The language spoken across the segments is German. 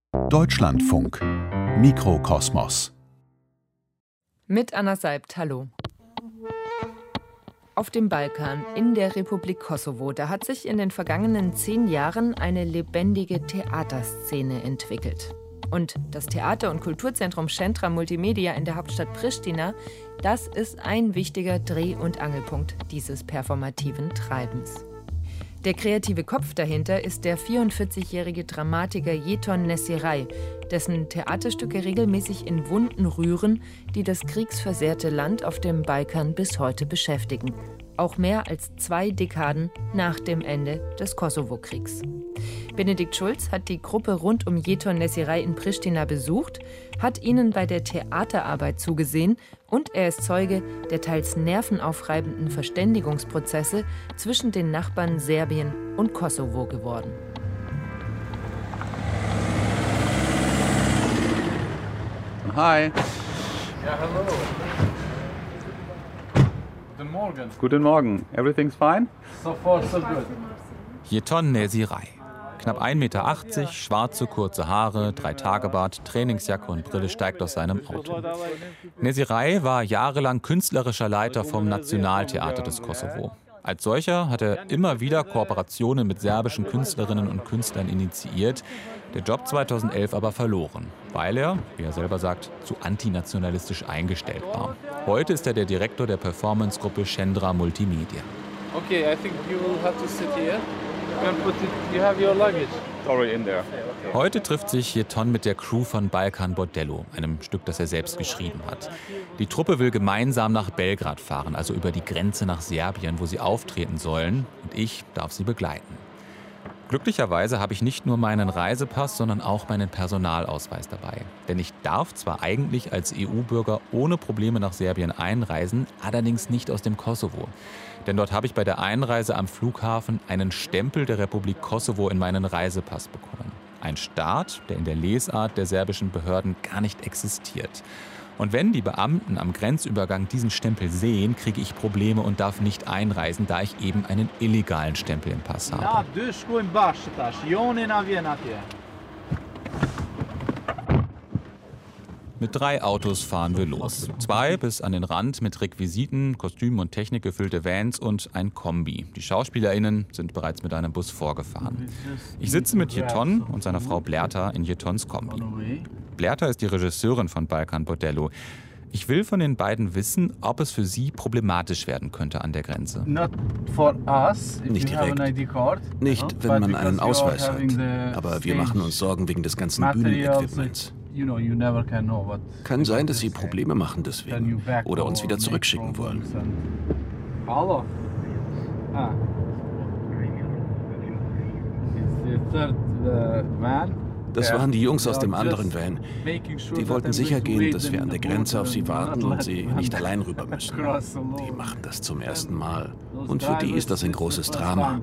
Deutschlandfunk Mikrokosmos mit Anna Seibt, hallo. Auf dem Balkan, in der Republik Kosovo, da hat sich in den vergangenen 10 Jahren eine lebendige Theaterszene entwickelt. Und das Theater- und Kulturzentrum Centra Multimedia in der Hauptstadt Pristina, das ist ein wichtiger Dreh- und Angelpunkt dieses performativen Treibens. Der kreative Kopf dahinter ist der 44-jährige Dramatiker Jeton Nesiray, dessen Theaterstücke regelmäßig in Wunden rühren, die das kriegsversehrte Land auf dem Balkan bis heute beschäftigen. Auch mehr als 2 Dekaden nach dem Ende des Kosovo-Kriegs. Benedikt Schulz hat die Gruppe rund um Jeton Nesiray in Pristina besucht, hat ihnen bei der Theaterarbeit zugesehen und er ist Zeuge der teils nervenaufreibenden Verständigungsprozesse zwischen den Nachbarn Serbien und Kosovo geworden. Hi. Ja, hallo. Guten Morgen. Guten Morgen. Everything's fine? So far, so good. Jeton Nesiray. Knapp 1,80 Meter, schwarze, kurze Haare, 3-Tage-Bart, Trainingsjacke und Brille steigt aus seinem Auto. Nesiray war jahrelang künstlerischer Leiter vom Nationaltheater des Kosovo. Als solcher hat er immer wieder Kooperationen mit serbischen Künstlerinnen und Künstlern initiiert, der Job 2011 aber verloren, weil er, wie er selber sagt, zu antinationalistisch eingestellt war. Heute ist er der Direktor der Performancegruppe Centra Multimedia. Okay, I think you will have to sit here. You can put it, you have your luggage. Sorry, in there. Heute trifft sich Jeton mit der Crew von Balkan Bordello, einem Stück, das er selbst geschrieben hat. Die Truppe will gemeinsam nach Belgrad fahren, also über die Grenze nach Serbien, wo sie auftreten sollen. Und ich darf sie begleiten. Glücklicherweise habe ich nicht nur meinen Reisepass, sondern auch meinen Personalausweis dabei. Denn ich darf zwar eigentlich als EU-Bürger ohne Probleme nach Serbien einreisen, allerdings nicht aus dem Kosovo. Denn dort habe ich bei der Einreise am Flughafen einen Stempel der Republik Kosovo in meinen Reisepass bekommen. Ein Staat, der in der Lesart der serbischen Behörden gar nicht existiert. Und wenn die Beamten am Grenzübergang diesen Stempel sehen, kriege ich Probleme und darf nicht einreisen, da ich eben einen illegalen Stempel im Pass habe. Mit 3 Autos fahren wir los. 2 bis an den Rand mit Requisiten, Kostümen und Technik gefüllte Vans und ein Kombi. Die SchauspielerInnen sind bereits mit einem Bus vorgefahren. Ich sitze mit Jeton und seiner Frau Blerta in Jetons Kombi. Blerta ist die Regisseurin von Balkan Bordello. Ich will von den beiden wissen, ob es für sie problematisch werden könnte an der Grenze. Nicht direkt. Nicht, wenn man einen Ausweis hat. Aber wir machen uns Sorgen wegen des ganzen Bühnenequipments. Kann sein, dass sie Probleme machen deswegen oder uns wieder zurückschicken wollen. Hallo. Das waren die Jungs aus dem anderen Van. Die wollten sicher gehen, dass wir an der Grenze auf sie warten und sie nicht allein rüber müssen. Die machen das zum ersten Mal. Und für die ist das ein großes Drama.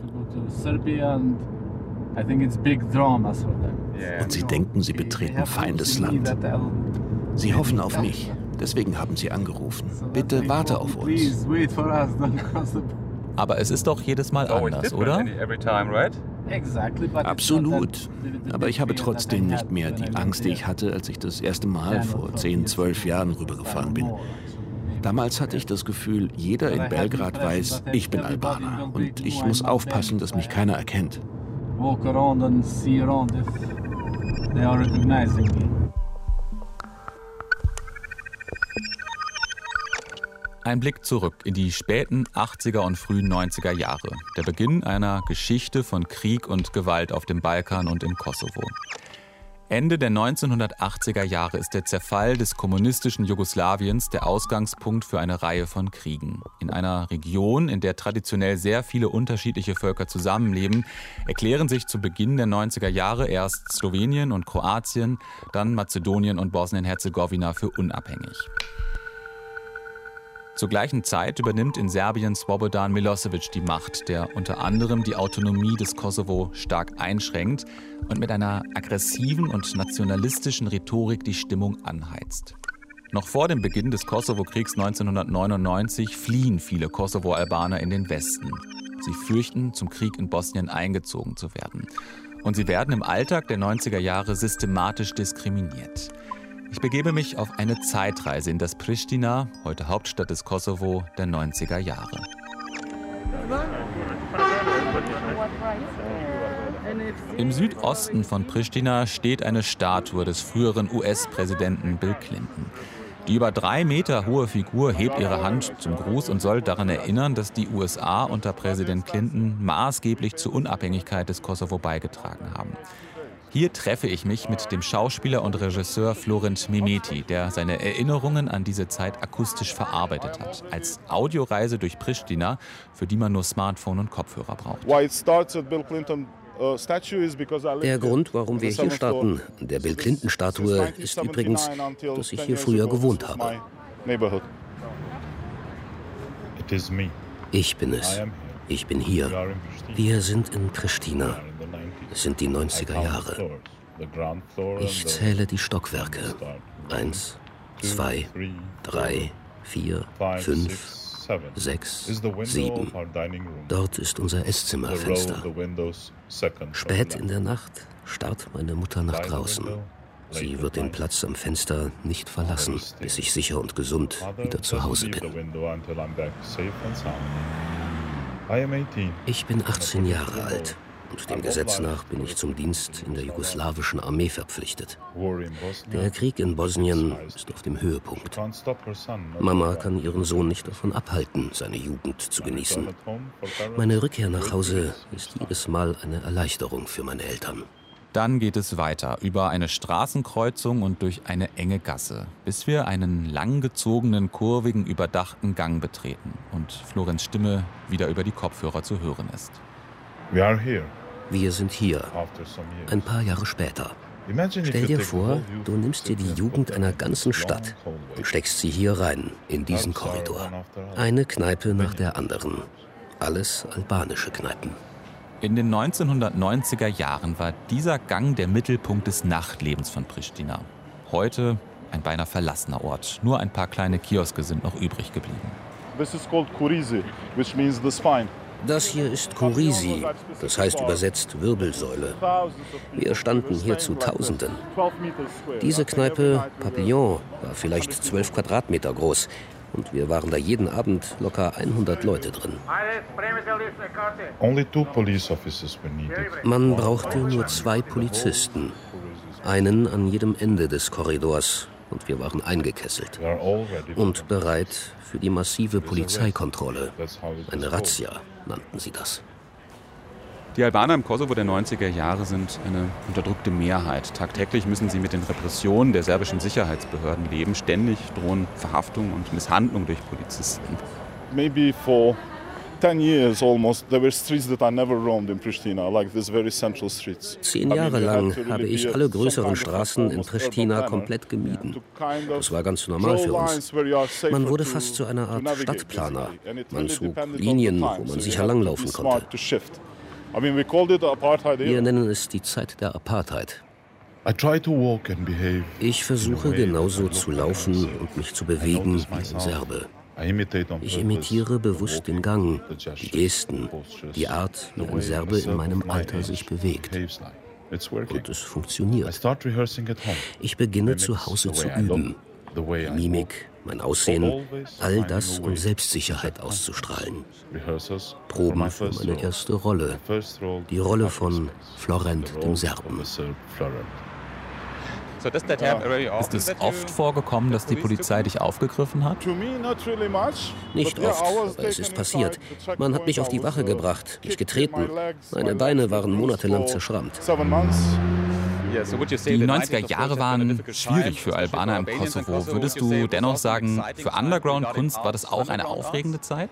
Und sie denken, sie betreten Feindesland. Sie hoffen auf mich. Deswegen haben sie angerufen. Bitte warte auf uns. Aber es ist doch jedes Mal anders, oder? Absolut. Aber ich habe trotzdem nicht mehr die Angst, die ich hatte, als ich das erste Mal vor 10, 12 Jahren rübergefahren bin. Damals hatte ich das Gefühl, jeder in Belgrad weiß, ich bin Albaner. Und ich muss aufpassen, dass mich keiner erkennt. Ein Blick zurück in die späten 80er und frühen 90er Jahre. Der Beginn einer Geschichte von Krieg und Gewalt auf dem Balkan und im Kosovo. Ende der 1980er Jahre ist der Zerfall des kommunistischen Jugoslawiens der Ausgangspunkt für eine Reihe von Kriegen. In einer Region, in der traditionell sehr viele unterschiedliche Völker zusammenleben, erklären sich zu Beginn der 90er Jahre erst Slowenien und Kroatien, dann Mazedonien und Bosnien-Herzegowina für unabhängig. Zur gleichen Zeit übernimmt in Serbien Slobodan Milosevic die Macht, der unter anderem die Autonomie des Kosovo stark einschränkt und mit einer aggressiven und nationalistischen Rhetorik die Stimmung anheizt. Noch vor dem Beginn des Kosovo-Kriegs 1999 fliehen viele Kosovo-Albaner in den Westen. Sie fürchten, zum Krieg in Bosnien eingezogen zu werden. Und sie werden im Alltag der 90er Jahre systematisch diskriminiert. Ich begebe mich auf eine Zeitreise in das Pristina, heute Hauptstadt des Kosovo, der 90er Jahre. Im Südosten von Pristina steht eine Statue des früheren US-Präsidenten Bill Clinton. Die über 3 Meter hohe Figur hebt ihre Hand zum Gruß und soll daran erinnern, dass die USA unter Präsident Clinton maßgeblich zur Unabhängigkeit des Kosovo beigetragen haben. Hier treffe ich mich mit dem Schauspieler und Regisseur Florent Mehmeti, der seine Erinnerungen an diese Zeit akustisch verarbeitet hat. Als Audioreise durch Pristina, für die man nur Smartphone und Kopfhörer braucht. Der Grund, warum wir hier starten, der Bill Clinton-Statue, ist übrigens, dass ich hier früher gewohnt habe. Ich bin es. Ich bin hier. Wir sind in Pristina. Es sind die 90er Jahre. Ich zähle die Stockwerke. 1, 2, 3, 4, 5, 6, 7. Dort ist unser Esszimmerfenster. Spät in der Nacht starrt meine Mutter nach draußen. Sie wird den Platz am Fenster nicht verlassen, bis ich sicher und gesund wieder zu Hause bin. Ich bin 18 Jahre alt. Und dem Gesetz nach bin ich zum Dienst in der jugoslawischen Armee verpflichtet. Der Krieg in Bosnien ist auf dem Höhepunkt. Mama kann ihren Sohn nicht davon abhalten, seine Jugend zu genießen. Meine Rückkehr nach Hause ist jedes Mal eine Erleichterung für meine Eltern. Dann geht es weiter, über eine Straßenkreuzung und durch eine enge Gasse, bis wir einen langgezogenen, kurvigen, überdachten Gang betreten und Florenz Stimme wieder über die Kopfhörer zu hören ist. Wir sind hier, ein paar Jahre später. Stell dir vor, du nimmst dir die Jugend einer ganzen Stadt und steckst sie hier rein, in diesen Korridor. Eine Kneipe nach der anderen. Alles albanische Kneipen. In den 1990er Jahren war dieser Gang der Mittelpunkt des Nachtlebens von Pristina. Heute ein beinahe verlassener Ort. Nur ein paar kleine Kioske sind noch übrig geblieben. This is called Kurizi, which means the spine. Das hier ist Kurizi, das heißt übersetzt Wirbelsäule. Wir standen hier zu Tausenden. Diese Kneipe, Papillon, war vielleicht 12 Quadratmeter groß. Und wir waren da jeden Abend locker 100 Leute drin. Man brauchte nur 2 Polizisten. Einen an jedem Ende des Korridors. Und wir waren eingekesselt. Und bereit für die massive Polizeikontrolle. Eine Razzia nannten sie das. Die Albaner im Kosovo der 90er Jahre sind eine unterdrückte Mehrheit. Tagtäglich müssen sie mit den Repressionen der serbischen Sicherheitsbehörden leben. Ständig drohen Verhaftung und Misshandlung durch Polizisten. Maybe for 10 years almost, there were streets that I never roamed in Pristina, like these very central streets. 10 Jahre lang habe ich alle größeren Straßen in Pristina komplett gemieden. Das war ganz normal für uns. Man wurde fast zu einer Art Stadtplaner. Man zog Linien, wo man sicher langlaufen konnte. Wir nennen es die Zeit der Apartheid. Ich versuche genauso zu laufen und mich zu bewegen wie ein Serbe. Ich imitiere bewusst den Gang, die Gesten, die Art, wie ein Serbe in meinem Alter sich bewegt. Und es funktioniert. Ich beginne zu Hause zu üben. Die Mimik, mein Aussehen, all das, um Selbstsicherheit auszustrahlen. Proben für meine erste Rolle, die Rolle von Florent dem Serben. Ist es oft vorgekommen, dass die Polizei dich aufgegriffen hat? Nicht oft, aber es ist passiert. Man hat mich auf die Wache gebracht, mich getreten. Meine Beine waren monatelang zerschrammt. Die 90er Jahre waren schwierig für Albaner im Kosovo. Würdest du dennoch sagen, für Underground-Kunst war das auch eine aufregende Zeit?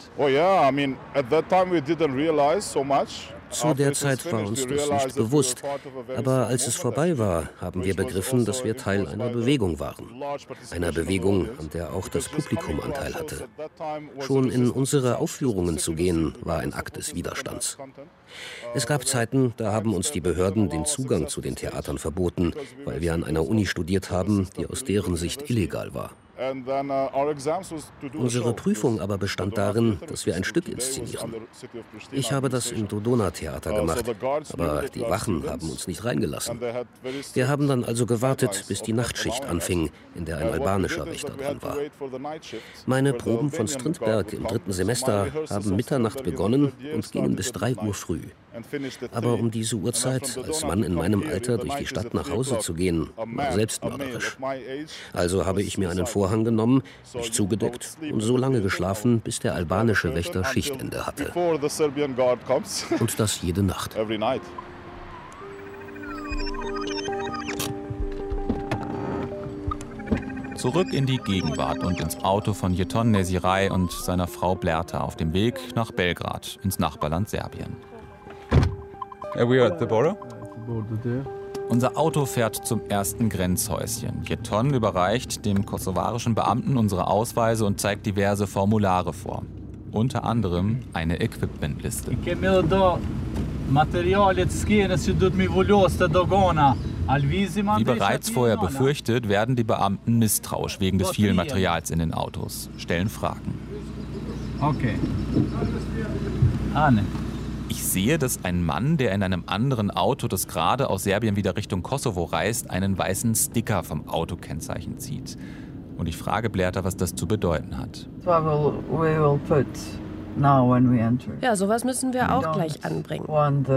Zu der Zeit war uns das nicht bewusst. Aber als es vorbei war, haben wir begriffen, dass wir Teil einer Bewegung waren. Einer Bewegung, an der auch das Publikum Anteil hatte. Schon in unsere Aufführungen zu gehen, war ein Akt des Widerstands. Es gab Zeiten, da haben uns die Behörden den Zugang zu den Theatern verboten, weil wir an einer Uni studiert haben, die aus deren Sicht illegal war. Unsere Prüfung aber bestand darin, dass wir ein Stück inszenieren. Ich habe das im Dodona-Theater gemacht, aber die Wachen haben uns nicht reingelassen. Wir haben dann also gewartet, bis die Nachtschicht anfing, in der ein albanischer Wächter dran war. Meine Proben von Strindberg im 3. Semester haben Mitternacht begonnen und gingen bis 3 Uhr früh. Aber um diese Uhrzeit als Mann in meinem Alter durch die Stadt nach Hause zu gehen, war selbstmörderisch. Also habe ich mir einen Vorhang genommen, mich zugedeckt und so lange geschlafen, bis der albanische Wächter Schichtende hatte. Und das jede Nacht. Zurück in die Gegenwart und ins Auto von Jeton Neziray und seiner Frau Blerta auf dem Weg nach Belgrad, ins Nachbarland Serbien. We are at the border. Unser Auto fährt zum ersten Grenzhäuschen. Jeton überreicht dem kosovarischen Beamten unsere Ausweise und zeigt diverse Formulare vor. Unter anderem eine Equipmentliste. Wie bereits vorher befürchtet, werden die Beamten misstrauisch wegen des vielen Materials in den Autos, stellen Fragen. Okay. Ich sehe, dass ein Mann, der in einem anderen Auto, das gerade aus Serbien wieder Richtung Kosovo reist, einen weißen Sticker vom Autokennzeichen zieht. Und ich frage Blerta, was das zu bedeuten hat. Ja, sowas müssen wir auch gleich anbringen.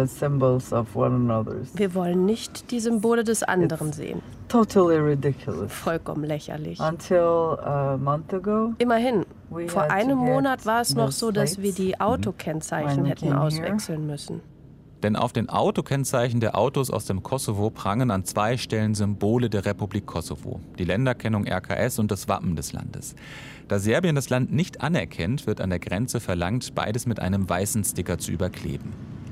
Wir wollen nicht die Symbole des anderen sehen. Vollkommen lächerlich. Immerhin, vor einem Monat war es noch so, dass wir die Autokennzeichen hätten auswechseln müssen. Denn auf den Autokennzeichen der Autos aus dem Kosovo prangen an 2 Stellen Symbole der Republik Kosovo, die Länderkennung RKS und das Wappen des Landes. Da Serbien das Land nicht anerkennt, wird an der Grenze verlangt, beides mit einem weißen Sticker zu überkleben.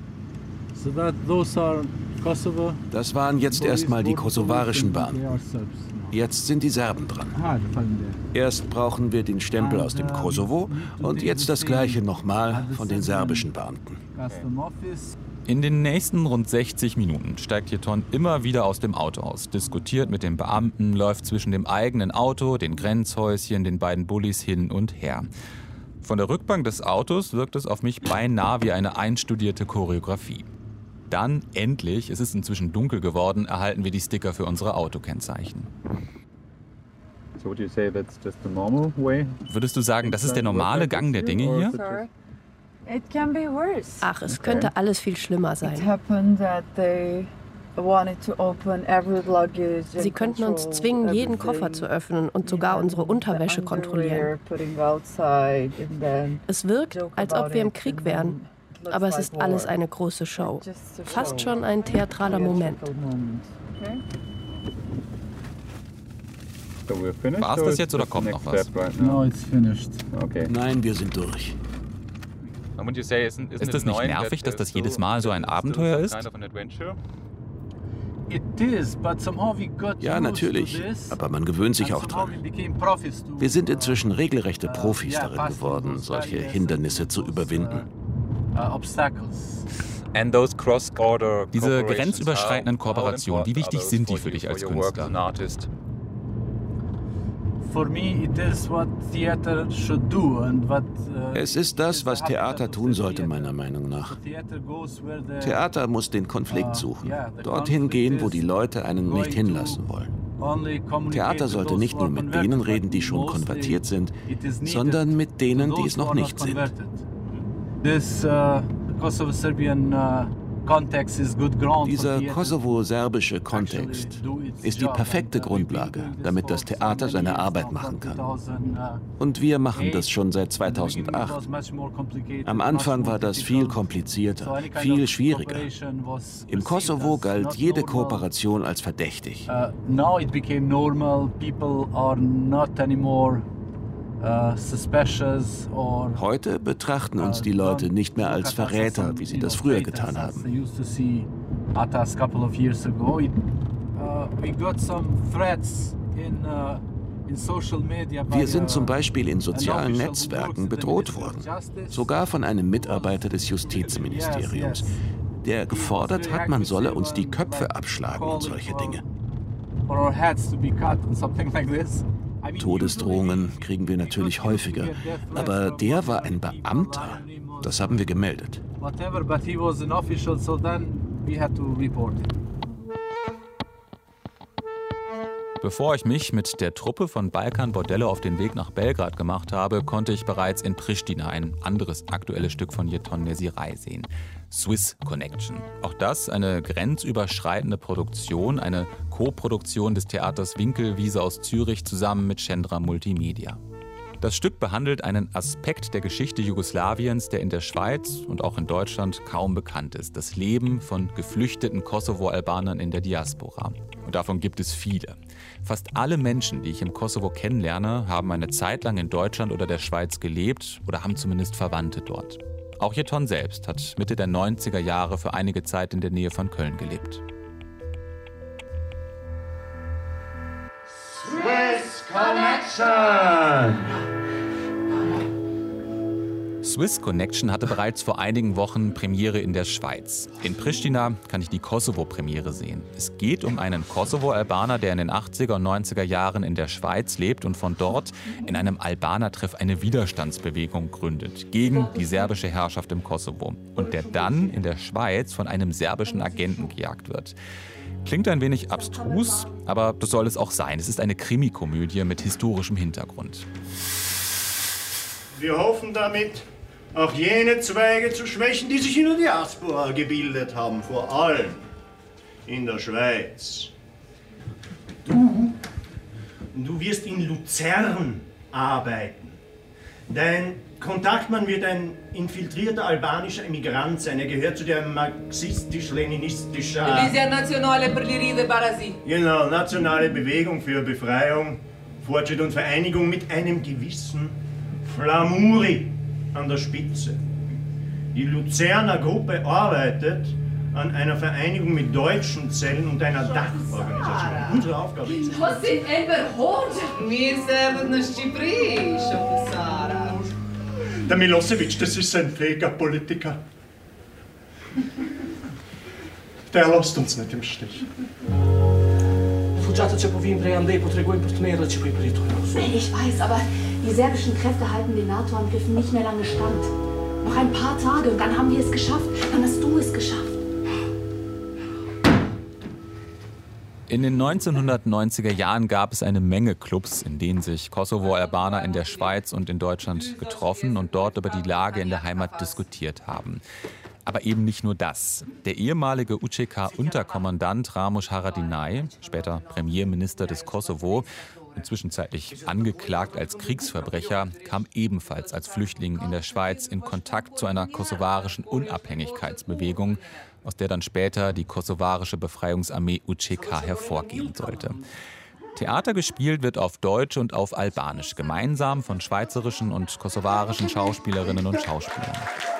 Das waren jetzt erstmal die kosovarischen Beamten. Jetzt sind die Serben dran. Erst brauchen wir den Stempel aus dem Kosovo und jetzt das Gleiche nochmal von den serbischen Beamten. In den nächsten rund 60 Minuten steigt Jeton immer wieder aus dem Auto aus, diskutiert mit dem Beamten, läuft zwischen dem eigenen Auto, den Grenzhäuschen, den beiden Bullis hin und her. Von der Rückbank des Autos wirkt es auf mich beinahe wie eine einstudierte Choreografie. Dann, endlich, es ist inzwischen dunkel geworden, erhalten wir die Sticker für unsere Autokennzeichen. Würdest du sagen, das ist der normale Gang der Dinge hier? Ach, es könnte alles viel schlimmer sein. Sie könnten uns zwingen, jeden Koffer zu öffnen und sogar unsere Unterwäsche kontrollieren. Es wirkt, als ob wir im Krieg wären. Aber es ist alles eine große Show. Fast schon ein theatraler Moment. War es das jetzt oder kommt noch was? Nein, wir sind durch. Ist es nicht nervig, dass das jedes Mal so ein Abenteuer ist? Ja, natürlich. Aber man gewöhnt sich auch dran. Wir sind inzwischen regelrechte Profis darin geworden, solche Hindernisse zu überwinden. Diese grenzüberschreitenden Kooperationen, wie wichtig sind die für dich als Künstler? Es ist das, was Theater tun sollte, meiner Meinung nach. Theater muss den Konflikt suchen, dorthin gehen, wo die Leute einen nicht hinlassen wollen. Theater sollte nicht nur mit denen reden, die schon konvertiert sind, sondern mit denen, die es noch nicht sind. Dieser kosovo-serbische Kontext ist die perfekte Grundlage, damit das Theater seine Arbeit machen kann. Und wir machen das schon seit 2008. Am Anfang war das viel komplizierter, viel schwieriger. Im Kosovo galt jede Kooperation als verdächtig. Heute betrachten uns die Leute nicht mehr als Verräter, wie sie das früher getan haben. Wir sind zum Beispiel in sozialen Netzwerken bedroht worden, sogar von einem Mitarbeiter des Justizministeriums, der gefordert hat, man solle uns die Köpfe abschlagen und solche Dinge. Todesdrohungen kriegen wir natürlich häufiger. Aber der war ein Beamter. Das haben wir gemeldet. Whatever, but he was an official, so then we had to report it. Bevor ich mich mit der Truppe von Balkan Bordello auf den Weg nach Belgrad gemacht habe, konnte ich bereits in Pristina ein anderes aktuelles Stück von Jeton Nesiraj sehen. Swiss Connection. Auch das eine grenzüberschreitende Produktion, eine Co-Produktion des Theaters Winkelwiese aus Zürich zusammen mit Schendra Multimedia. Das Stück behandelt einen Aspekt der Geschichte Jugoslawiens, der in der Schweiz und auch in Deutschland kaum bekannt ist. Das Leben von geflüchteten Kosovo-Albanern in der Diaspora. Und davon gibt es viele. Fast alle Menschen, die ich im Kosovo kennenlerne, haben eine Zeit lang in Deutschland oder der Schweiz gelebt oder haben zumindest Verwandte dort. Auch Jeton selbst hat Mitte der 90er Jahre für einige Zeit in der Nähe von Köln gelebt. Swiss Connection! Swiss Connection hatte bereits vor einigen Wochen Premiere in der Schweiz. In Pristina kann ich die Kosovo-Premiere sehen. Es geht um einen Kosovo-Albaner, der in den 80er und 90er Jahren in der Schweiz lebt und von dort in einem Albaner-Treff eine Widerstandsbewegung gründet gegen die serbische Herrschaft im Kosovo und der dann in der Schweiz von einem serbischen Agenten gejagt wird. Klingt ein wenig abstrus, aber das soll es auch sein. Es ist eine Krimikomödie mit historischem Hintergrund. Wir hoffen damit, auch jene Zweige zu schwächen, die sich in der Diaspora gebildet haben, vor allem in der Schweiz. Du wirst in Luzern arbeiten. Dein Kontaktmann wird ein infiltrierter albanischer Emigrant sein. Er gehört zu der marxistisch-leninistischen... Genau, nationale Bewegung für Befreiung, Fortschritt und Vereinigung mit einem gewissen Flamuri an der Spitze. Die Luzerner Gruppe arbeitet an einer Vereinigung mit deutschen Zellen und einer Dachorganisation. Unsere Aufgabe ist... Der Milosevic, das ist ein fähiger Politiker. Der lässt uns nicht im Stich. Ich weiß, aber die serbischen Kräfte halten den NATO-Angriffen nicht mehr lange stand. Noch ein paar Tage und dann haben wir es geschafft. Dann hast du es geschafft. In den 1990er Jahren gab es eine Menge Clubs, in denen sich Kosovo-Albaner in der Schweiz und in Deutschland getroffen und dort über die Lage in der Heimat diskutiert haben. Aber eben nicht nur das. Der ehemalige UÇK-Unterkommandant Ramush Haradinaj, später Premierminister des Kosovo und zwischenzeitlich angeklagt als Kriegsverbrecher, kam ebenfalls als Flüchtling in der Schweiz in Kontakt zu einer kosovarischen Unabhängigkeitsbewegung, aus der dann später die kosovarische Befreiungsarmee UÇK hervorgehen sollte. Theater gespielt wird auf Deutsch und auf Albanisch, gemeinsam von schweizerischen und kosovarischen Schauspielerinnen und Schauspielern.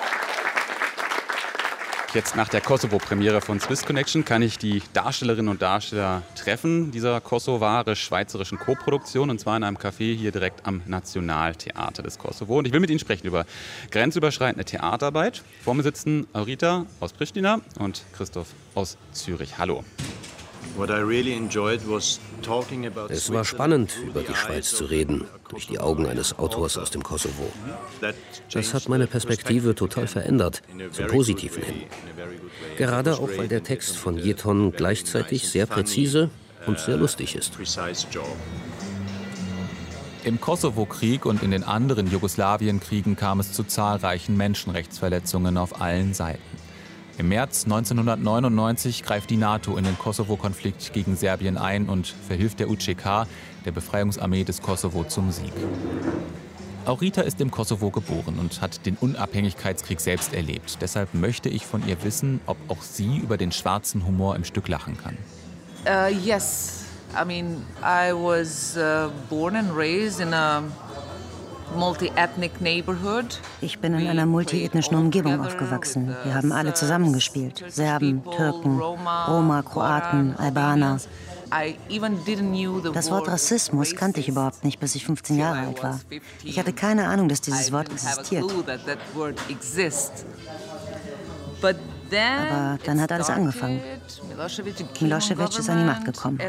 Jetzt nach der Kosovo-Premiere von Swiss Connection kann ich die Darstellerinnen und Darsteller treffen, dieser kosovarisch-schweizerischen Co-Produktion, und zwar in einem Café hier direkt am Nationaltheater des Kosovo. Und ich will mit Ihnen sprechen über grenzüberschreitende Theaterarbeit. Vor mir sitzen Aurita aus Pristina und Christoph aus Zürich. Hallo. Es war spannend, über die Schweiz zu reden, durch die Augen eines Autors aus dem Kosovo. Das hat meine Perspektive total verändert, zum Positiven hin. Gerade auch, weil der Text von Jeton gleichzeitig sehr präzise und sehr lustig ist. Im Kosovo-Krieg und in den anderen Jugoslawienkriegen kam es zu zahlreichen Menschenrechtsverletzungen auf allen Seiten. Im März 1999 greift die NATO in den Kosovo-Konflikt gegen Serbien ein und verhilft der UÇK, der Befreiungsarmee des Kosovo, zum Sieg. Aurita ist im Kosovo geboren und hat den Unabhängigkeitskrieg selbst erlebt. Deshalb möchte ich von ihr wissen, ob auch sie über den schwarzen Humor im Stück lachen kann. Yes, I mean, I was born and raised in a multi-ethnic neighborhood. Ich bin in einer multiethnischen Umgebung aufgewachsen. Wir haben alle zusammengespielt. Serben, Türken, Roma, Kroaten, Albaner. Das Wort Rassismus kannte ich überhaupt nicht, bis ich 15 Jahre alt war. Ich hatte keine Ahnung, dass dieses Wort existiert. Aber dann hat alles angefangen. Milosevic ist an die Macht gekommen.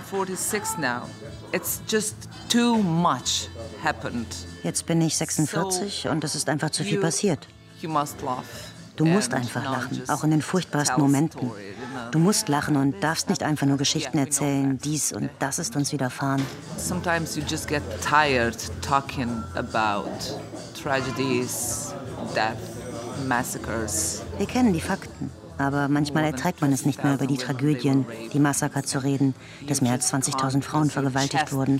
Jetzt bin ich 46 und es ist einfach zu viel passiert. Du musst einfach lachen, auch in den furchtbarsten Momenten. Du musst lachen und darfst nicht einfach nur Geschichten erzählen, dies und das ist uns widerfahren. Sometimes you just get tired talking about tragedies, death, massacres. Wir kennen die Fakten, aber manchmal erträgt man es nicht mehr, über die Tragödien, die Massaker zu reden, dass mehr als 20.000 Frauen vergewaltigt wurden.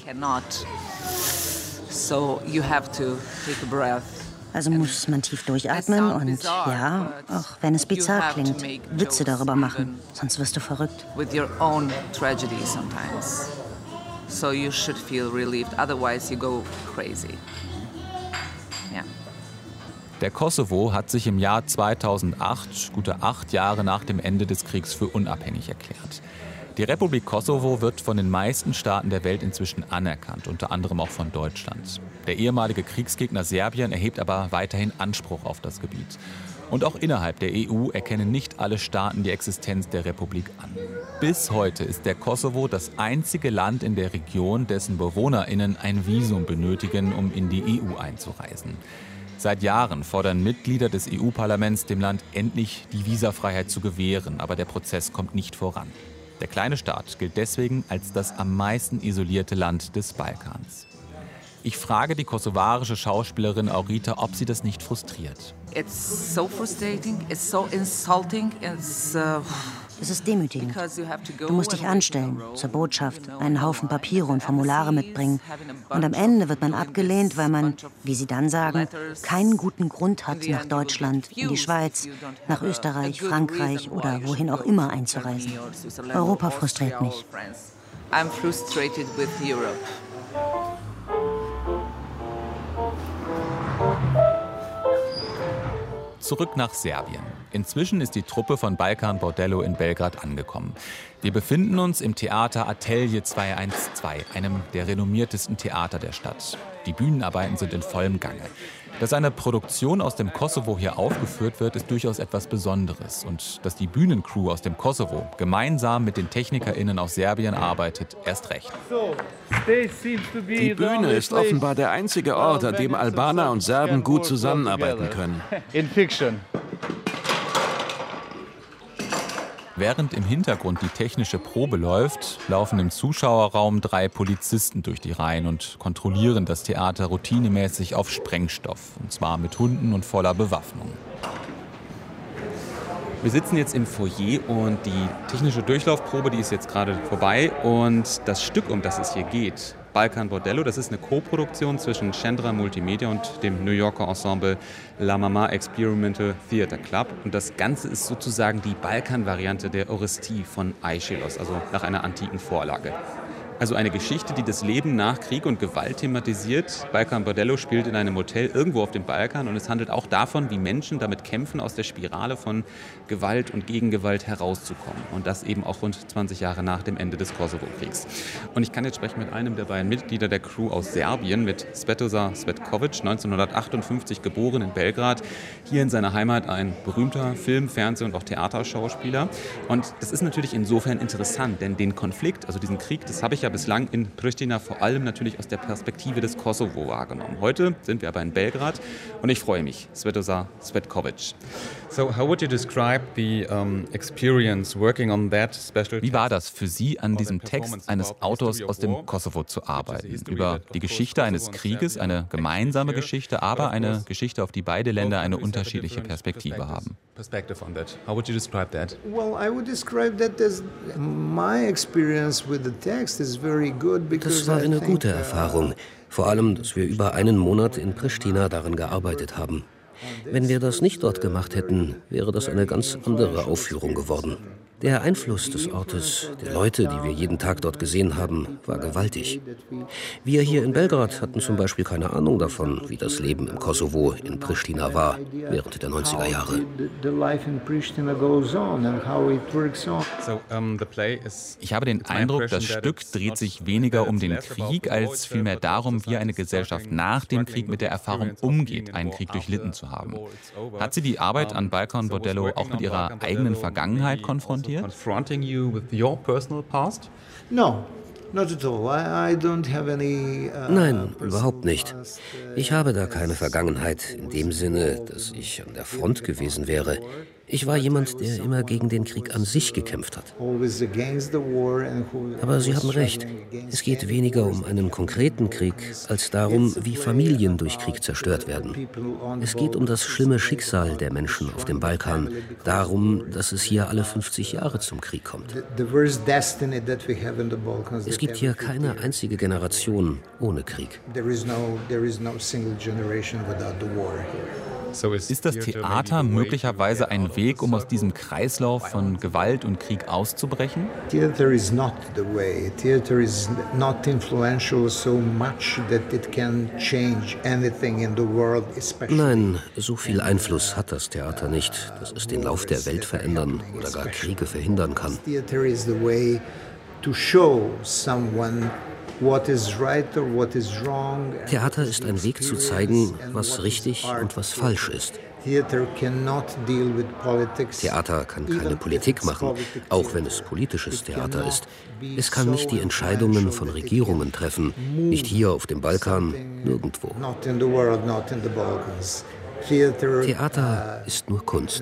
So you have to take a breath. Also muss man tief durchatmen und, ja, auch wenn es bizarr klingt, Witze darüber machen, sonst wirst du verrückt. With your own tragedy sometimes. So you should feel relieved, otherwise you go crazy. Yeah. Der Kosovo hat sich im Jahr 2008, gute 8 Jahre nach dem Ende des Kriegs, für unabhängig erklärt. Die Republik Kosovo wird von den meisten Staaten der Welt inzwischen anerkannt, unter anderem auch von Deutschland. Der ehemalige Kriegsgegner Serbien erhebt aber weiterhin Anspruch auf das Gebiet. Und auch innerhalb der EU erkennen nicht alle Staaten die Existenz der Republik an. Bis heute ist der Kosovo das einzige Land in der Region, dessen BewohnerInnen ein Visum benötigen, um in die EU einzureisen. Seit Jahren fordern Mitglieder des EU-Parlaments, dem Land endlich die Visafreiheit zu gewähren, aber der Prozess kommt nicht voran. Der kleine Staat gilt deswegen als das am meisten isolierte Land des Balkans. Ich frage die kosovarische Schauspielerin Aurita, ob sie das nicht frustriert. It's so frustrating, it's so insulting, Es ist demütigend. Du musst dich anstellen, zur Botschaft, einen Haufen Papiere und Formulare mitbringen. Und am Ende wird man abgelehnt, weil man, wie sie dann sagen, keinen guten Grund hat, nach Deutschland, in die Schweiz, nach Österreich, Frankreich oder wohin auch immer einzureisen. Europa frustriert mich. I'm frustrated with Europe. Zurück nach Serbien. Inzwischen ist die Truppe von Balkan Bordello in Belgrad angekommen. Wir befinden uns im Theater Atelier 212, einem der renommiertesten Theater der Stadt. Die Bühnenarbeiten sind in vollem Gange. Dass eine Produktion aus dem Kosovo hier aufgeführt wird, ist durchaus etwas Besonderes. Und dass die Bühnencrew aus dem Kosovo gemeinsam mit den TechnikerInnen aus Serbien arbeitet, erst recht. Die Bühne ist offenbar der einzige Ort, an dem Albaner und Serben gut zusammenarbeiten können. Während im Hintergrund die technische Probe läuft, laufen im Zuschauerraum 3 Polizisten durch die Reihen und kontrollieren das Theater routinemäßig auf Sprengstoff, und zwar mit Hunden und voller Bewaffnung. Wir sitzen jetzt im Foyer und die technische Durchlaufprobe, die ist jetzt gerade vorbei, und das Stück, um das es hier geht, Balkan Bordello, das ist eine Co-Produktion zwischen Shendra Multimedia und dem New Yorker Ensemble La Mama Experimental Theater Club. Und das Ganze ist sozusagen die Balkan-Variante der Orestie von Aeschylus, also nach einer antiken Vorlage. Also eine Geschichte, die das Leben nach Krieg und Gewalt thematisiert. Balkan Bordello spielt in einem Hotel irgendwo auf dem Balkan und es handelt auch davon, wie Menschen damit kämpfen, aus der Spirale von Gewalt und Gegengewalt herauszukommen. Und das eben auch rund 20 Jahre nach dem Ende des Kosovo-Kriegs. Und ich kann jetzt sprechen mit einem der beiden Mitglieder der Crew aus Serbien, mit Svetozar Cvetkovic, 1958 geboren in Belgrad. Hier in seiner Heimat ein berühmter Film-, Fernseh- und auch Theaterschauspieler. Und das ist natürlich insofern interessant, denn den Konflikt, also diesen Krieg, das habe ich ja bislang in Pristina vor allem natürlich aus der Perspektive des Kosovo wahrgenommen. Heute sind wir aber in Belgrad und ich freue mich. Svetozar Cvetkovic. So, how would you describe the experience working on that special? Wie war das für Sie, an diesem Text eines Autors aus dem Kosovo zu arbeiten? Über die Geschichte eines Krieges, eine gemeinsame Geschichte, aber eine Geschichte, auf die beide Länder eine unterschiedliche Perspektive haben. Perspective on that. How would you describe that? Well, I would describe that as my experience with the text is very good because das war eine gute Erfahrung. Vor allem, dass wir über einen Monat in Pristina daran gearbeitet haben. Wenn wir das nicht dort gemacht hätten, wäre das eine ganz andere Aufführung geworden. Der Einfluss des Ortes, der Leute, die wir jeden Tag dort gesehen haben, war gewaltig. Wir hier in Belgrad hatten zum Beispiel keine Ahnung davon, wie das Leben im Kosovo in Pristina war während der 90er Jahre. Ich habe den Eindruck, das Stück dreht sich weniger um den Krieg, als vielmehr darum, wie eine Gesellschaft nach dem Krieg mit der Erfahrung umgeht, einen Krieg durchlitten zu haben. Hat sie die Arbeit an Balkan Bordello auch mit ihrer eigenen Vergangenheit konfrontiert? Confronting you with your personal past? No. Not at all. I don't have any, Nein, überhaupt nicht. Ich habe da keine Vergangenheit in dem Sinne, dass ich an der Front gewesen wäre. Ich war jemand, der immer gegen den Krieg an sich gekämpft hat. Aber Sie haben recht. Es geht weniger um einen konkreten Krieg, als darum, wie Familien durch Krieg zerstört werden. Es geht um das schlimme Schicksal der Menschen auf dem Balkan, darum, dass es hier alle 50 Jahre zum Krieg kommt. Es gibt hier keine einzige Generation ohne Krieg. Ist das Theater möglicherweise ein Weg, um aus diesem Kreislauf von Gewalt und Krieg auszubrechen? Theater is not the way. Theater is not influential so much that it can change anything in the world, especially. Nein, so viel Einfluss hat das Theater nicht, dass es den Lauf der Welt verändern oder gar Kriege verhindern kann. Theater is the way to show someone what is right or what is wrong. Theater ist ein Weg zu zeigen, was richtig und was falsch ist. Theater kann keine Politik machen, auch wenn es politisches Theater ist. Es kann nicht die Entscheidungen von Regierungen treffen, nicht hier auf dem Balkan, nirgendwo. Theater ist nur Kunst.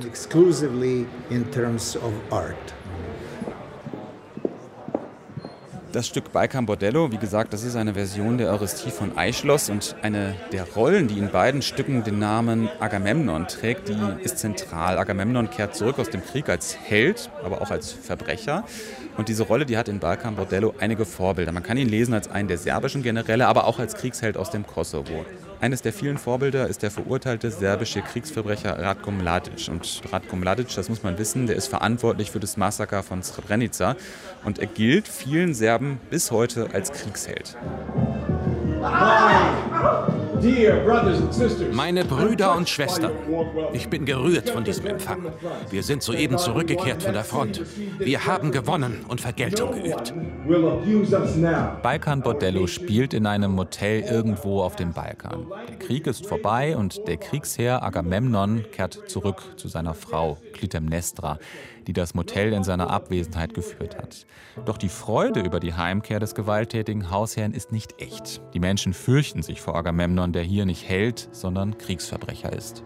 Das Stück Balkan Bordello, wie gesagt, das ist eine Version der Orestie von Aeschylus und eine der Rollen, die in beiden Stücken den Namen Agamemnon trägt, die ist zentral. Agamemnon kehrt zurück aus dem Krieg als Held, aber auch als Verbrecher. Und diese Rolle, die hat in Balkan Bordello einige Vorbilder. Man kann ihn lesen als einen der serbischen Generäle, aber auch als Kriegsheld aus dem Kosovo. Eines der vielen Vorbilder ist der verurteilte serbische Kriegsverbrecher Ratko Mladic. Und Ratko Mladic, das muss man wissen, der ist verantwortlich für das Massaker von Srebrenica. Und er gilt vielen Serben bis heute als Kriegsheld. Meine Brüder und Schwestern, ich bin gerührt von diesem Empfang. Wir sind soeben zurückgekehrt von der Front. Wir haben gewonnen und Vergeltung geübt. Balkan Bordello spielt in einem Motel irgendwo auf dem Balkan. Der Krieg ist vorbei und der Kriegsherr Agamemnon kehrt zurück zu seiner Frau Clytemnestra, die das Motel in seiner Abwesenheit geführt hat. Doch die Freude über die Heimkehr des gewalttätigen Hausherrn ist nicht echt. Die Menschen fürchten sich vor Agamemnon, der hier nicht Held, sondern Kriegsverbrecher ist.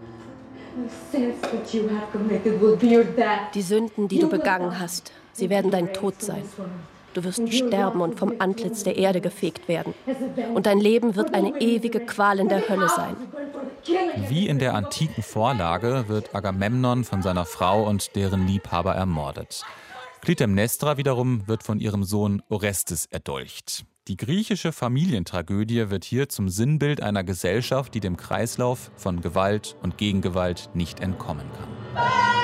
Die Sünden, die du begangen hast, sie werden dein Tod sein. Du wirst sterben und vom Antlitz der Erde gefegt werden. Und dein Leben wird eine ewige Qual in der Hölle sein. Wie in der antiken Vorlage wird Agamemnon von seiner Frau und deren Liebhaber ermordet. Clytemnestra wiederum wird von ihrem Sohn Orestes erdolcht. Die griechische Familientragödie wird hier zum Sinnbild einer Gesellschaft, die dem Kreislauf von Gewalt und Gegengewalt nicht entkommen kann.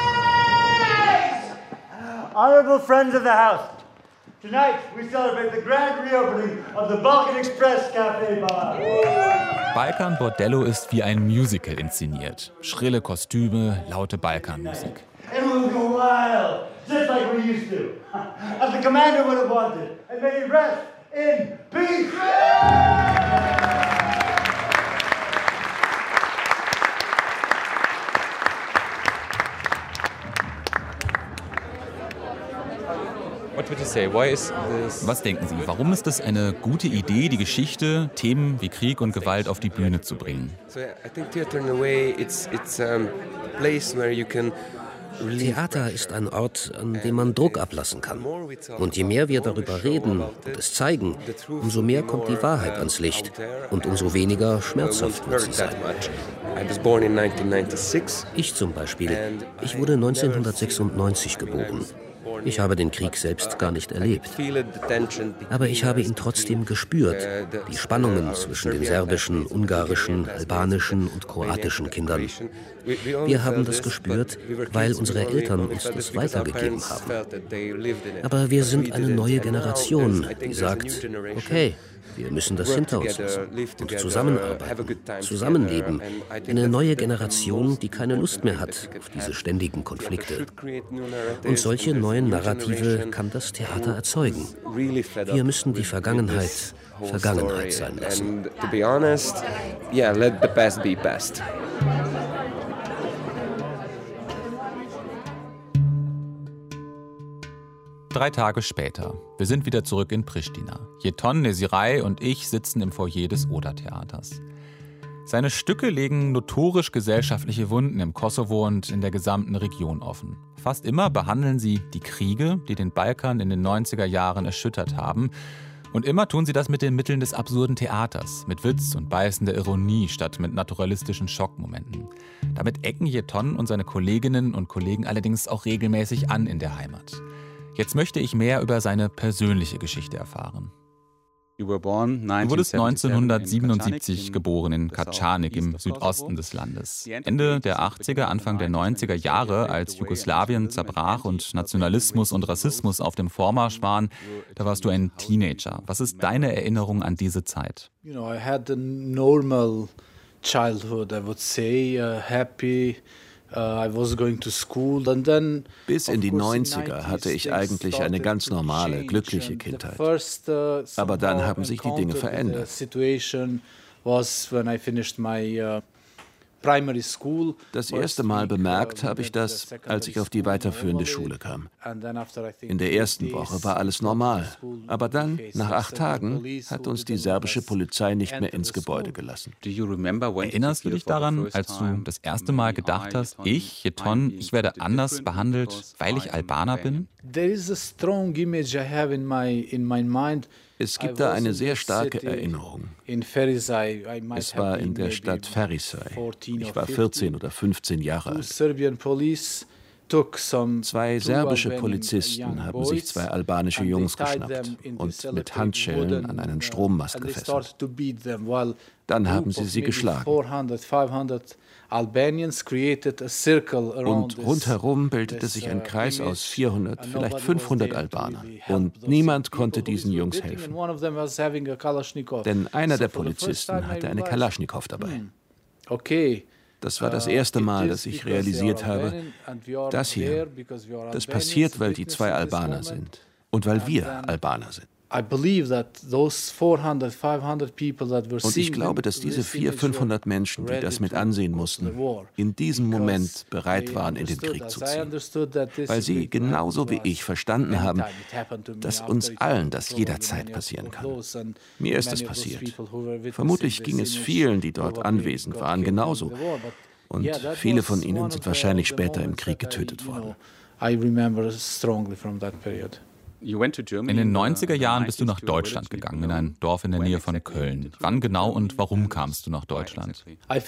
Honorable friends of the house, tonight we celebrate the grand reopening of the Balkan Express Café Bar. Balkan Bordello ist wie ein Musical inszeniert. Schrille Kostüme, laute Balkanmusik. And we'll go wild, just like we used to. As the commander would have wanted. And may he rest in peace. Was denken Sie, warum ist es eine gute Idee, die Geschichte, Themen wie Krieg und Gewalt auf die Bühne zu bringen? Theater ist ein Ort, an dem man Druck ablassen kann. Und je mehr wir darüber reden und es zeigen, umso mehr kommt die Wahrheit ans Licht und umso weniger schmerzhaft wird sie sein. Ich zum Beispiel, ich wurde 1996 geboren. Ich habe den Krieg selbst gar nicht erlebt. Aber ich habe ihn trotzdem gespürt, die Spannungen zwischen den serbischen, ungarischen, albanischen und kroatischen Kindern. Wir haben das gespürt, weil unsere Eltern uns das weitergegeben haben. Aber wir sind eine neue Generation, die sagt, okay, wir müssen das hinter uns lassen und zusammenarbeiten, zusammenleben. Eine neue Generation, die keine Lust mehr hat auf diese ständigen Konflikte. Und solche neuen Narrative kann das Theater erzeugen. Wir müssen die Vergangenheit Vergangenheit sein lassen. 3 Tage später. Wir sind wieder zurück in Pristina. Jeton, Nesiray und ich sitzen im Foyer des Oda-Theaters. Seine Stücke legen notorisch gesellschaftliche Wunden im Kosovo und in der gesamten Region offen. Fast immer behandeln sie die Kriege, die den Balkan in den 90er Jahren erschüttert haben. Und immer tun sie das mit den Mitteln des absurden Theaters, mit Witz und beißender Ironie statt mit naturalistischen Schockmomenten. Damit ecken Jeton und seine Kolleginnen und Kollegen allerdings auch regelmäßig an in der Heimat. Jetzt möchte ich mehr über seine persönliche Geschichte erfahren. Du wurdest 1977 geboren in Kačanik im Südosten des Landes. Ende der 80er, Anfang der 90er Jahre, als Jugoslawien zerbrach und Nationalismus und Rassismus auf dem Vormarsch waren, da warst du ein Teenager. Was ist deine Erinnerung an diese Zeit? I had a normal childhood, I would say, happy. Bis in die 90er hatte ich eigentlich eine ganz normale, glückliche Kindheit. Aber dann haben sich die Dinge verändert. Das erste Mal bemerkt habe ich das, als ich auf die weiterführende Schule kam. In der ersten Woche war alles normal. Aber dann, nach 8 Tagen, hat uns die serbische Polizei nicht mehr ins Gebäude gelassen. Erinnerst du dich daran, als du das erste Mal gedacht hast, ich, Jeton, ich werde anders behandelt, weil ich Albaner bin? Es gibt da eine sehr starke Erinnerung. Es war in der Stadt Ferisaj. Ich war 14 oder 15 Jahre alt. 2 serbische Polizisten haben sich 2 albanische Jungs geschnappt und mit Handschellen an einen Strommast gefesselt. Dann haben sie geschlagen. Und rundherum bildete sich ein Kreis aus 400, vielleicht 500 Albanern. Und niemand konnte diesen Jungs helfen. Denn einer der Polizisten hatte eine Kalaschnikow dabei. Das war das erste Mal, dass ich realisiert habe, das hier, das passiert, weil die 2 Albaner sind und weil wir Albaner sind. Und ich glaube, dass diese 400, 500 Menschen, die das mit ansehen mussten, in diesem Moment bereit waren, in den Krieg zu ziehen. Weil sie genauso wie ich verstanden haben, dass uns allen das jederzeit passieren kann. Mir ist es passiert. Vermutlich ging es vielen, die dort anwesend waren, genauso. Und viele von ihnen sind wahrscheinlich später im Krieg getötet worden. In den 90er Jahren bist du nach Deutschland gegangen, in ein Dorf in der Nähe von Köln. Wann genau und warum kamst du nach Deutschland? Ich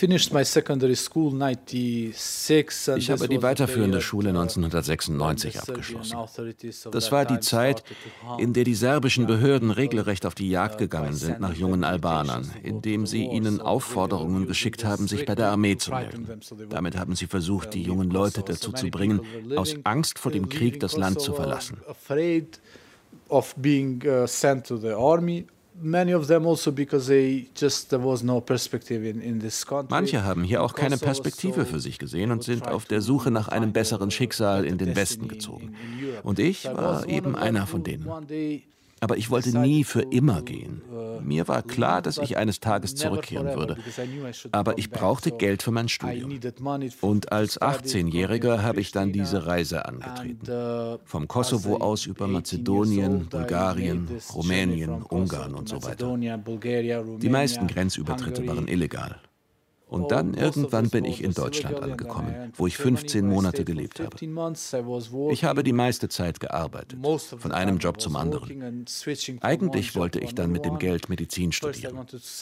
habe die weiterführende Schule 1996 abgeschlossen. Das war die Zeit, in der die serbischen Behörden regelrecht auf die Jagd gegangen sind nach jungen Albanern, indem sie ihnen Aufforderungen geschickt haben, sich bei der Armee zu melden. Damit haben sie versucht, die jungen Leute dazu zu bringen, aus Angst vor dem Krieg das Land zu verlassen. Of being sent to the army. Many of them also because there was no perspective in this country. Manche haben hier auch keine Perspektive für sich gesehen und sind auf der Suche nach einem besseren Schicksal in den Westen gezogen. Und ich war eben einer von denen. Aber ich wollte nie für immer gehen. Mir war klar, dass ich eines Tages zurückkehren würde. Aber ich brauchte Geld für mein Studium. Und als 18-Jähriger habe ich dann diese Reise angetreten. Vom Kosovo aus über Mazedonien, Bulgarien, Rumänien, Ungarn und so weiter. Die meisten Grenzübertritte waren illegal. Und dann irgendwann bin ich in Deutschland angekommen, wo ich 15 Monate gelebt habe. Ich habe die meiste Zeit gearbeitet, von einem Job zum anderen. Eigentlich wollte ich dann mit dem Geld Medizin studieren.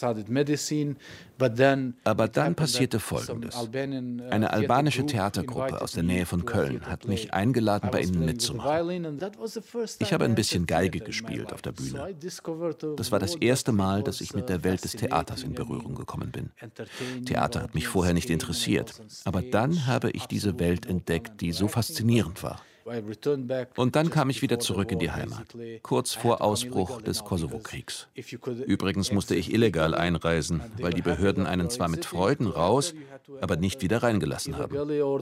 Aber dann passierte Folgendes. Eine albanische Theatergruppe aus der Nähe von Köln hat mich eingeladen, bei ihnen mitzumachen. Ich habe ein bisschen Geige gespielt auf der Bühne. Das war das erste Mal, dass ich mit der Welt des Theaters in Berührung gekommen bin. Theater hat mich vorher nicht interessiert, aber dann habe ich diese Welt entdeckt, die so faszinierend war. Und dann kam ich wieder zurück in die Heimat, kurz vor Ausbruch des Kosovo-Kriegs. Übrigens musste ich illegal einreisen, weil die Behörden einen zwar mit Freuden raus, aber nicht wieder reingelassen haben.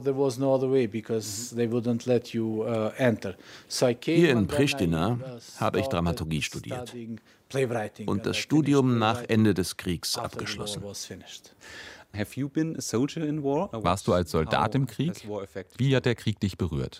Hier in Pristina habe ich Dramaturgie studiert und das Studium nach Ende des Kriegs abgeschlossen. Warst du als Soldat im Krieg? Wie hat der Krieg dich berührt?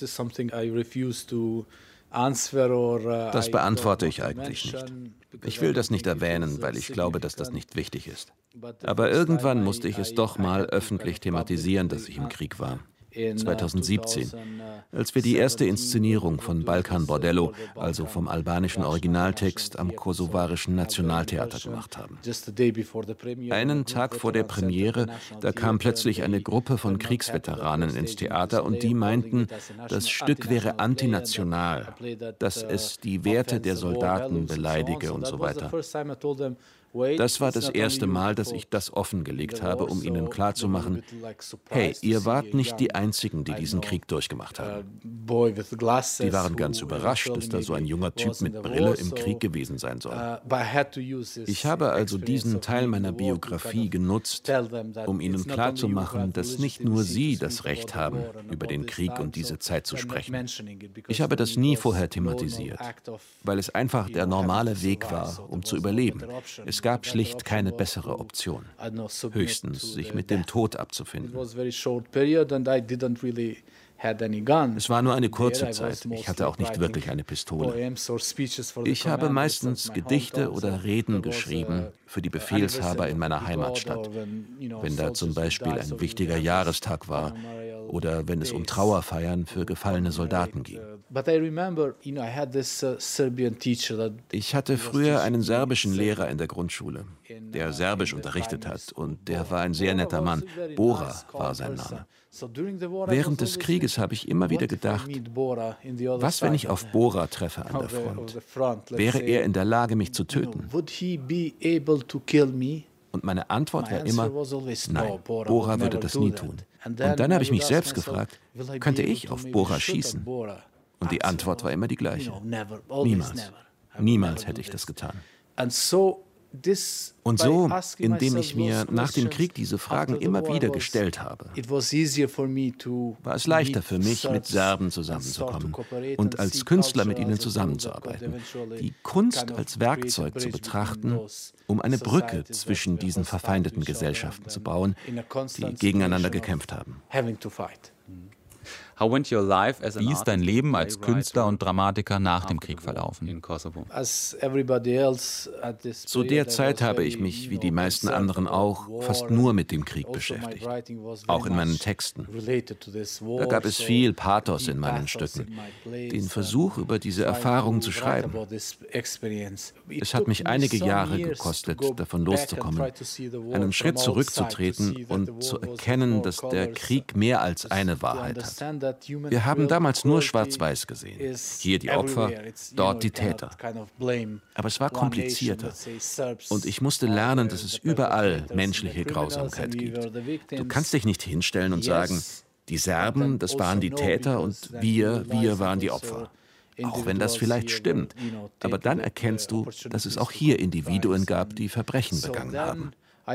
Das beantworte ich eigentlich nicht. Ich will das nicht erwähnen, weil ich glaube, dass das nicht wichtig ist. Aber irgendwann musste ich es doch mal öffentlich thematisieren, dass ich im Krieg war. 2017, als wir die erste Inszenierung von Balkan Bordello, also vom albanischen Originaltext, am kosovarischen Nationaltheater gemacht haben. Einen Tag vor der Premiere, da kam plötzlich eine Gruppe von Kriegsveteranen ins Theater und die meinten, das Stück wäre antinational, dass es die Werte der Soldaten beleidige und so weiter. Das war das erste Mal, dass ich das offengelegt habe, um ihnen klarzumachen, hey, ihr wart nicht die Einzigen, die diesen Krieg durchgemacht haben. Die waren ganz überrascht, dass da so ein junger Typ mit Brille im Krieg gewesen sein soll. Ich habe also diesen Teil meiner Biografie genutzt, um ihnen klarzumachen, dass nicht nur sie das Recht haben, über den Krieg und diese Zeit zu sprechen. Ich habe das nie vorher thematisiert, weil es einfach der normale Weg war, um zu überleben. Es gab schlicht keine bessere Option, höchstens sich mit dem Tod abzufinden. Es war nur eine kurze Zeit, ich hatte auch nicht wirklich eine Pistole. Ich habe meistens Gedichte oder Reden geschrieben für die Befehlshaber in meiner Heimatstadt, wenn da zum Beispiel ein wichtiger Jahrestag war oder wenn es um Trauerfeiern für gefallene Soldaten ging. Ich hatte früher einen serbischen Lehrer in der Grundschule, der Serbisch unterrichtet hat, und der war ein sehr netter Mann. Bora war sein Name. Während des Krieges habe ich immer wieder gedacht, was, wenn ich auf Bora treffe an der Front? Wäre er in der Lage, mich zu töten? Und meine Antwort war immer, nein, Bora würde das nie tun. Und dann habe ich mich selbst gefragt, könnte ich auf Bora schießen? Und die Antwort war immer die gleiche. Niemals. Niemals hätte ich das getan. Und so, indem ich mir nach dem Krieg diese Fragen immer wieder gestellt habe, war es leichter für mich, mit Serben zusammenzukommen und als Künstler mit ihnen zusammenzuarbeiten, die Kunst als Werkzeug zu betrachten, um eine Brücke zwischen diesen verfeindeten Gesellschaften zu bauen, die gegeneinander gekämpft haben. Wie ist dein Leben als Künstler und Dramatiker nach dem Krieg verlaufen? Zu der Zeit habe ich mich, wie die meisten anderen auch, fast nur mit dem Krieg beschäftigt. Auch in meinen Texten. Da gab es viel Pathos in meinen Stücken. Den Versuch, über diese Erfahrung zu schreiben. Es hat mich einige Jahre gekostet, davon loszukommen, einen Schritt zurückzutreten und zu erkennen, dass der Krieg mehr als eine Wahrheit hat. Wir haben damals nur Schwarz-Weiß gesehen. Hier die Opfer, dort die Täter. Aber es war komplizierter. Und ich musste lernen, dass es überall menschliche Grausamkeit gibt. Du kannst dich nicht hinstellen und sagen, die Serben, das waren die Täter und wir waren die Opfer. Auch wenn das vielleicht stimmt. Aber dann erkennst du, dass es auch hier Individuen gab, die Verbrechen begangen haben.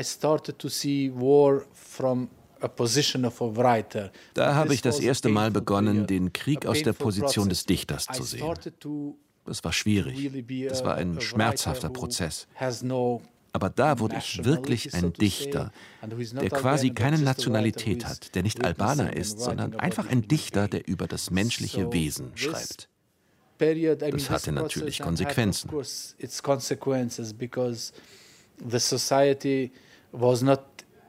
Da habe ich das erste Mal begonnen, den Krieg aus der Position des Dichters zu sehen. Das war schwierig. Das war ein schmerzhafter Prozess. Aber da wurde ich wirklich ein Dichter, der quasi keine Nationalität hat, der nicht Albaner ist, sondern einfach ein Dichter, der über das menschliche Wesen schreibt. Das hatte natürlich Konsequenzen.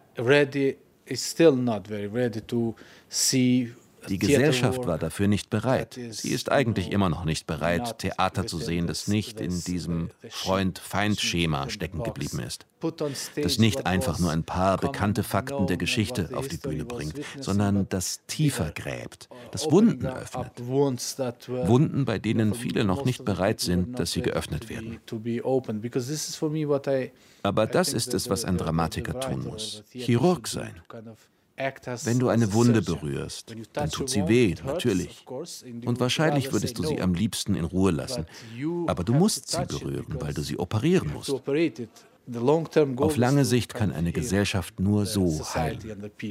ready, is still not very ready to see. Die Gesellschaft war dafür nicht bereit. Sie ist eigentlich immer noch nicht bereit, Theater zu sehen, das nicht in diesem Freund-Feind-Schema stecken geblieben ist. Das nicht einfach nur ein paar bekannte Fakten der Geschichte auf die Bühne bringt, sondern das tiefer gräbt, das Wunden öffnet. Wunden, bei denen viele noch nicht bereit sind, dass sie geöffnet werden. Aber das ist es, was ein Dramatiker tun muss. Chirurg sein. Wenn du eine Wunde berührst, dann tut sie weh, natürlich. Und wahrscheinlich würdest du sie am liebsten in Ruhe lassen. Aber du musst sie berühren, weil du sie operieren musst. Auf lange Sicht kann eine Gesellschaft nur so heilen.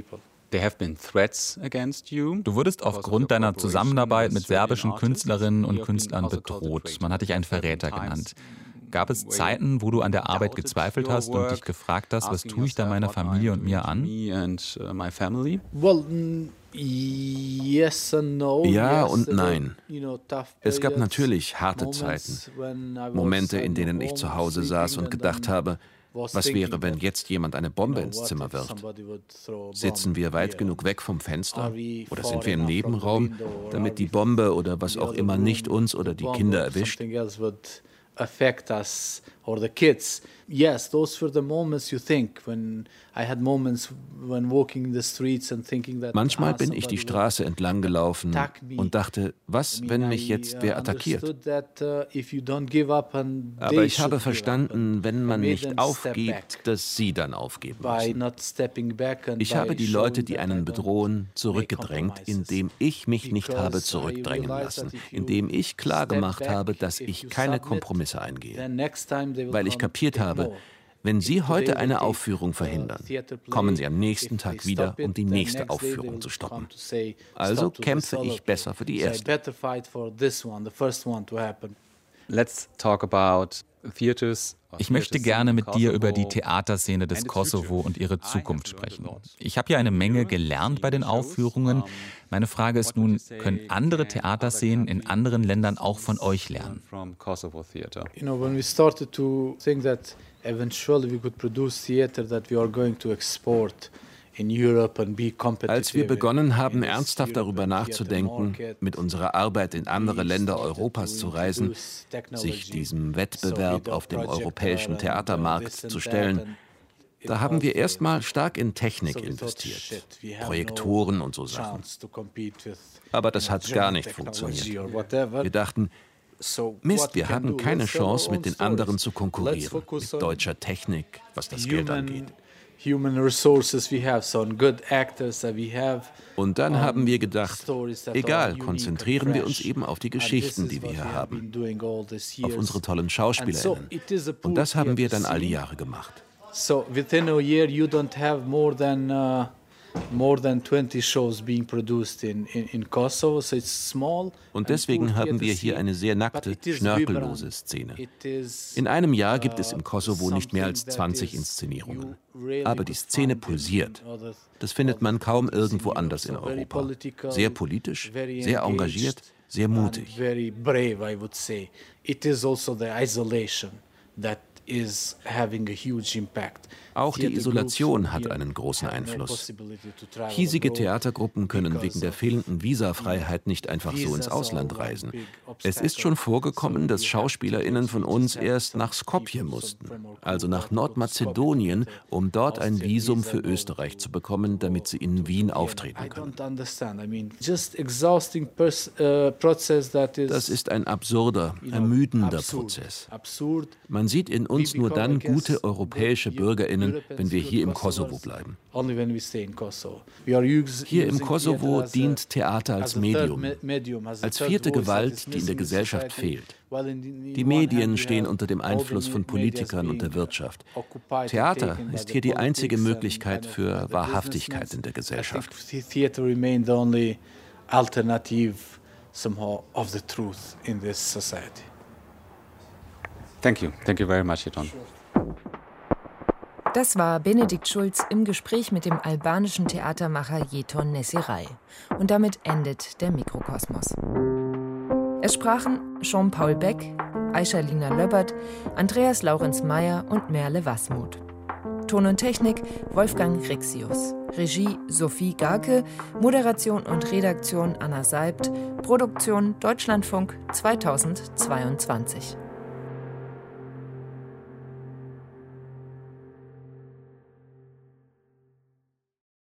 Du wurdest aufgrund deiner Zusammenarbeit mit serbischen Künstlerinnen und Künstlern bedroht. Man hat dich einen Verräter genannt. Gab es Zeiten, wo du an der Arbeit gezweifelt hast und dich gefragt hast, was tue ich da meiner Familie und mir an? Ja und nein. Es gab natürlich harte Zeiten, Momente, in denen ich zu Hause saß und gedacht habe, was wäre, wenn jetzt jemand eine Bombe ins Zimmer wirft? Sitzen wir weit genug weg vom Fenster? Oder sind wir im Nebenraum, damit die Bombe oder was auch immer nicht uns oder die Kinder erwischt? Affect us or the kids. Yes, those were the moments you think when I had moments when walking in the streets and thinking that. Manchmal bin ich die Straße entlang gelaufen und dachte, was, wenn mich jetzt wer attackiert? Aber ich habe verstanden, wenn man nicht aufgibt, dass sie dann aufgeben müssen. Ich habe die Leute, die einen bedrohen, zurückgedrängt, indem ich mich nicht habe zurückdrängen lassen, indem ich klargemacht habe, dass ich keine Kompromisse eingehe. Weil ich kapiert habe, wenn Sie heute eine Aufführung verhindern, kommen Sie am nächsten Tag wieder, um die nächste Aufführung zu stoppen. Also kämpfe ich besser für die erste. Let's talk about theaters. Ich möchte gerne mit dir über die Theaterszene des Kosovo und ihre Zukunft sprechen. Ich habe ja eine Menge gelernt bei den Aufführungen. Meine Frage ist nun, können andere Theaterszenen in anderen Ländern auch von euch lernen? When we started to think that eventually we could produce theater that we are going to export in Europe and be competitive. Als wir begonnen haben, ernsthaft darüber nachzudenken, mit unserer Arbeit in andere Länder Europas zu reisen, sich diesem Wettbewerb auf dem europäischen Theatermarkt zu stellen, da haben wir erstmal stark in Technik investiert, Projektoren und so Sachen. Aber das hat gar nicht funktioniert. Wir dachten, Mist, wir haben keine Chance, mit den anderen zu konkurrieren, mit deutscher Technik, was das Geld angeht. Und dann haben wir gedacht, egal, konzentrieren wir uns eben auf die Geschichten, die wir hier haben, auf unsere tollen SchauspielerInnen. Und das haben wir dann all die Jahre gemacht. So within a year you don't have more than 20 shows being produced in Kosovo, so it's small. Und deswegen haben wir hier eine sehr nackte, schnörkellose Szene. In einem Jahr gibt es im Kosovo nicht mehr als 20 Inszenierungen. Aber die Szene pulsiert. Das findet man kaum irgendwo anders in Europa. Sehr politisch, sehr engagiert, sehr mutig. Very brave, I would say. It is also the isolation that is having a huge impact. Auch die Isolation hat einen großen Einfluss. Hiesige Theatergruppen können wegen der fehlenden Visafreiheit nicht einfach so ins Ausland reisen. Es ist schon vorgekommen, dass SchauspielerInnen von uns erst nach Skopje mussten, also nach Nordmazedonien, um dort ein Visum für Österreich zu bekommen, damit sie in Wien auftreten können. Das ist ein absurder, ermüdender Prozess. Man sieht in uns nur dann gute europäische BürgerInnen, wenn wir hier im Kosovo bleiben. Hier im Kosovo dient Theater als Medium, als vierte Gewalt, die in der Gesellschaft fehlt. Die Medien stehen unter dem Einfluss von Politikern und der Wirtschaft. Theater ist hier die einzige Möglichkeit für Wahrhaftigkeit in der Gesellschaft. Theater remains the only alternative somehow of the truth in this society. Thank you very much, Jeton. Das war Benedikt Schulz im Gespräch mit dem albanischen Theatermacher Jeton Nesiray. Und damit endet der Mikrokosmos. Es sprachen Jean-Paul Beck, Aisha-Lina Löbbert, Andreas Laurenz Meyer und Merle Wasmuth. Ton und Technik Wolfgang Rixius. Regie Sophie Garke, Moderation und Redaktion Anna Seibt, Produktion Deutschlandfunk 2022.